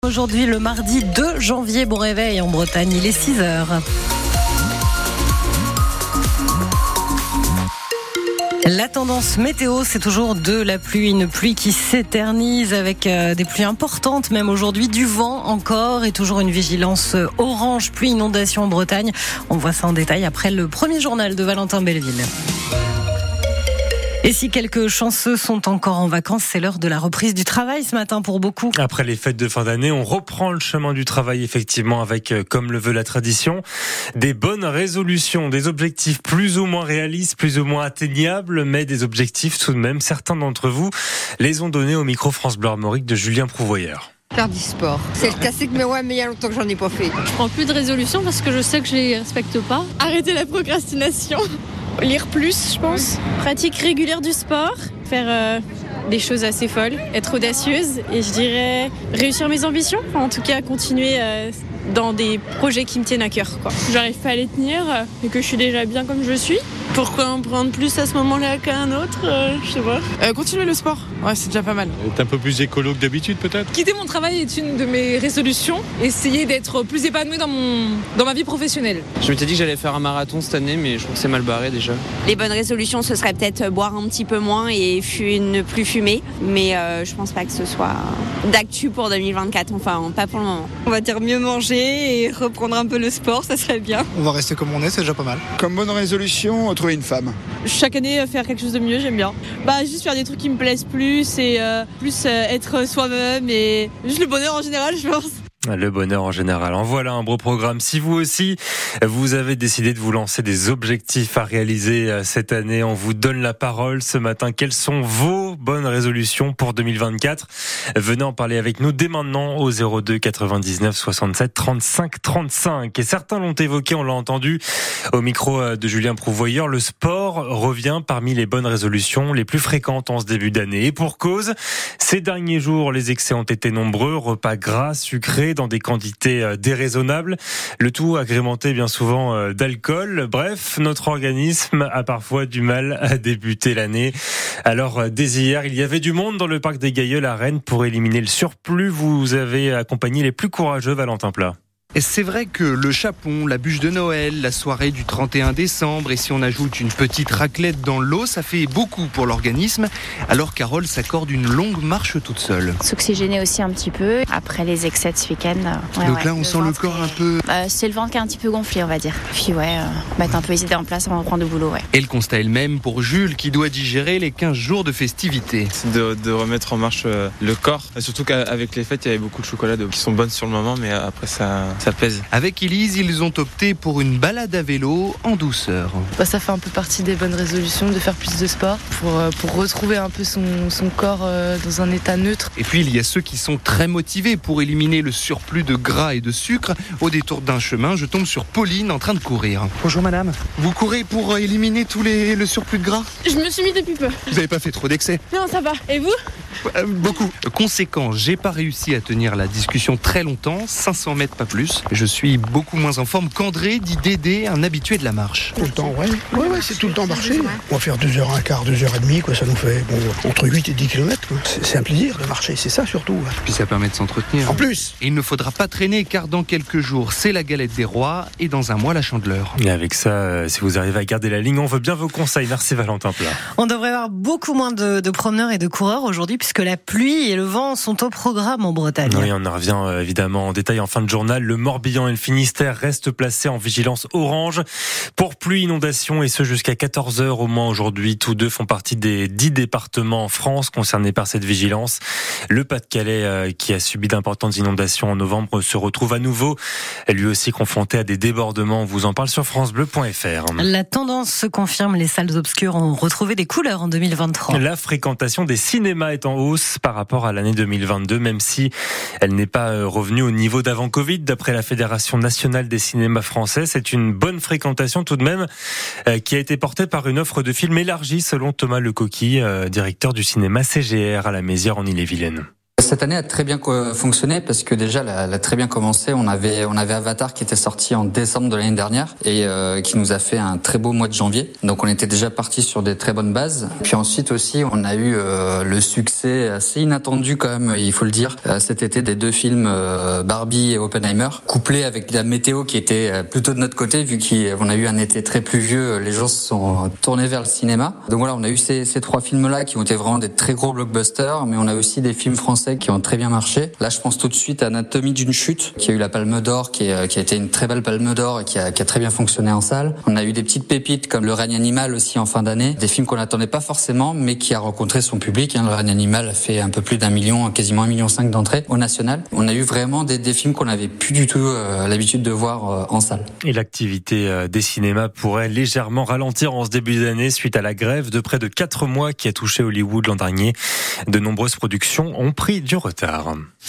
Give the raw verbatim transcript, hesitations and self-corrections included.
Aujourd'hui, le mardi deux janvier, bon réveil en Bretagne, il est six heures. La tendance météo, c'est toujours de la pluie, une pluie qui s'éternise avec euh, des pluies importantes, même aujourd'hui, du vent encore et toujours une vigilance orange, pluie, inondation en Bretagne. On voit ça en détail après le premier journal de Valentin Belleville. Et si quelques chanceux sont encore en vacances, c'est l'heure de la reprise du travail ce matin pour beaucoup. Après les fêtes de fin d'année, on reprend le chemin du travail effectivement avec, comme le veut la tradition, des bonnes résolutions, des objectifs plus ou moins réalistes, plus ou moins atteignables, mais des objectifs tout de même. Certains d'entre vous les ont donnés au micro France Bleu Armorique de Julien Prouvoyeur. Faire du sport. C'est le classique, mais ouais, mais il y a longtemps que j'en ai pas fait. Je prends plus de résolutions parce que je sais que je les respecte pas. Arrêter la procrastination. Lire plus, je pense. Pratique régulière du sport. Faire euh, des choses assez folles. Être audacieuse. Et je dirais réussir mes ambitions. Enfin, en tout cas, continuer euh, dans des projets qui me tiennent à cœur, quoi. J'arrive pas à les tenir et que je suis déjà bien comme je suis. Pourquoi en prendre plus à ce moment-là qu'à un autre euh, Je sais pas. Euh, continuer le sport, ouais, c'est déjà pas mal. Être un peu plus écolo que d'habitude peut-être. Quitter mon travail est une de mes résolutions. Essayer d'être plus épanouie dans, mon, dans ma vie professionnelle. Je m'étais dit que j'allais faire un marathon cette année, mais je trouve que c'est mal barré déjà. Les bonnes résolutions, ce serait peut-être boire un petit peu moins et fu- ne plus fumer. Mais euh, je pense pas que ce soit d'actu pour deux mille vingt-quatre, enfin pas pour le moment. On va dire mieux manger et reprendre un peu le sport, ça serait bien. On va rester comme on est, c'est déjà pas mal. Comme bonne résolution, trouver une femme. Chaque année, faire quelque chose de mieux, j'aime bien. Bah, juste faire des trucs qui me plaisent plus et euh, plus euh, être soi-même et juste le bonheur en général, je pense. Le bonheur en général. En voilà un beau programme. Si vous aussi, vous avez décidé de vous lancer des objectifs à réaliser cette année, on vous donne la parole ce matin. Quelles sont vos bonnes résolutions pour deux mille vingt-quatre ? Venez en parler avec nous dès maintenant au zéro deux quatre-vingt-dix-neuf soixante-sept trente-cinq trente-cinq. Et certains l'ont évoqué, on l'a entendu au micro de Julien Prouvoyeur, le sport revient parmi les bonnes résolutions les plus fréquentes en ce début d'année. Et pour cause, ces derniers jours, les excès ont été nombreux, repas gras, sucrés, dans des quantités déraisonnables, le tout agrémenté bien souvent d'alcool. Bref, notre organisme a parfois du mal à débuter l'année. Alors, dès hier, il y avait du monde dans le parc des Gailleuls à Rennes pour éliminer le surplus. Vous avez accompagné les plus courageux, Valentin Plat. Et c'est vrai que le chapon, la bûche de Noël, la soirée du trente et un décembre, et si on ajoute une petite raclette dans l'eau, ça fait beaucoup pour l'organisme. Alors Carole s'accorde une longue marche toute seule. S'oxygéner aussi un petit peu après les excès de ce week-end. Ouais, Donc ouais, là, on le sent le corps est... un peu... Euh, c'est le ventre qui est un petit peu gonflé, on va dire. Puis ouais, euh, mettre un peu les idées en place avant de reprendre le boulot, ouais. Et le constat est le même pour Jules, qui doit digérer les quinze jours de festivités. C'est de, de remettre en marche euh, le corps. Et surtout qu'avec les fêtes, il y avait beaucoup de chocolat qui sont bonnes sur le moment, mais après ça, ça pèse. Avec Élise, ils ont opté pour une balade à vélo en douceur. Bah, ça fait un peu partie des bonnes résolutions de faire plus de sport pour, pour retrouver un peu son, son corps dans un état neutre. Et puis il y a ceux qui sont très motivés pour éliminer le surplus de gras et de sucre. Au détour d'un chemin, je tombe sur Pauline en train de courir. Bonjour madame. Vous courez pour éliminer tout les, le surplus de gras ? Je me suis mis depuis peu. Vous n'avez pas fait trop d'excès ? Non, ça va. Et vous ? euh, Beaucoup. Conséquent, j'ai pas réussi à tenir la discussion très longtemps, cinq cents mètres pas plus. Je suis beaucoup moins en forme qu'André, dit Dédé, un habitué de la marche. Tout le temps, ouais. Ouais, ouais, c'est tout le temps marcher. On va faire deux heures un quart, deux heures et demie, quoi. Ça nous fait bon, entre huit et dix kilomètres, quoi. C'est, c'est un plaisir de marcher, c'est ça surtout. Ouais. Puis ça permet de s'entretenir. En plus. Et il ne faudra pas traîner, car dans quelques jours, c'est la galette des rois et dans un mois, la Chandeleur. Et avec ça, euh, si vous arrivez à garder la ligne, on veut bien vos conseils. Merci Valentin Plat. On devrait avoir beaucoup moins de, de promeneurs et de coureurs aujourd'hui, puisque la pluie et le vent sont au programme en Bretagne. Oui, on en revient euh, évidemment en détail en fin de journal. Le Morbihan et le Finistère restent placés en vigilance orange pour pluie, inondation, et ce jusqu'à quatorze heures au moins aujourd'hui. Tous deux font partie des dix départements en France concernés par cette vigilance. Le Pas-de-Calais, euh, qui a subi d'importantes inondations en novembre, se retrouve à nouveau lui aussi confronté à des débordements. On vous en parle sur francebleu point fr. La tendance se confirme, les salles obscures ont retrouvé des couleurs en deux mille vingt-trois. La fréquentation des cinémas est en hausse par rapport à l'année deux mille vingt-deux, même si elle n'est pas revenue au niveau d'avant Covid. D'après la Fédération nationale des cinémas français, c'est une bonne fréquentation tout de même euh, qui a été portée par une offre de films élargie selon Thomas Lecoqui, euh, directeur du cinéma C G R à la Mézières en Ille-et-Vilaine. Cette année a très bien fonctionné parce que déjà, elle a, elle a très bien commencé. On avait, on avait Avatar qui était sorti en décembre de l'année dernière et euh, qui nous a fait un très beau mois de janvier. Donc on était déjà parti sur des très bonnes bases. Puis ensuite aussi, on a eu euh, le succès assez inattendu quand même, il faut le dire, euh, cet été des deux films euh, Barbie et Oppenheimer, couplés avec la météo qui était plutôt de notre côté, vu qu'on a eu un été très pluvieux, les gens se sont tournés vers le cinéma. Donc voilà, on a eu ces, ces trois films-là qui ont été vraiment des très gros blockbusters, mais on a aussi des films français qui ont très bien marché. Là, je pense tout de suite à Anatomie d'une chute, qui a eu la Palme d'Or, qui, est, qui a été une très belle Palme d'Or et qui a, qui a très bien fonctionné en salle. On a eu des petites pépites comme Le règne animal aussi en fin d'année, des films qu'on n'attendait pas forcément, mais qui a rencontré son public. Le règne animal a fait un peu plus d'un million, quasiment un million cinq d'entrées au national. On a eu vraiment des, des films qu'on n'avait plus du tout euh, l'habitude de voir euh, en salle. Et l'activité euh, des cinémas pourrait légèrement ralentir en ce début d'année suite à la grève de près de quatre mois qui a touché Hollywood l'an dernier. De nombreuses productions ont pris du retard.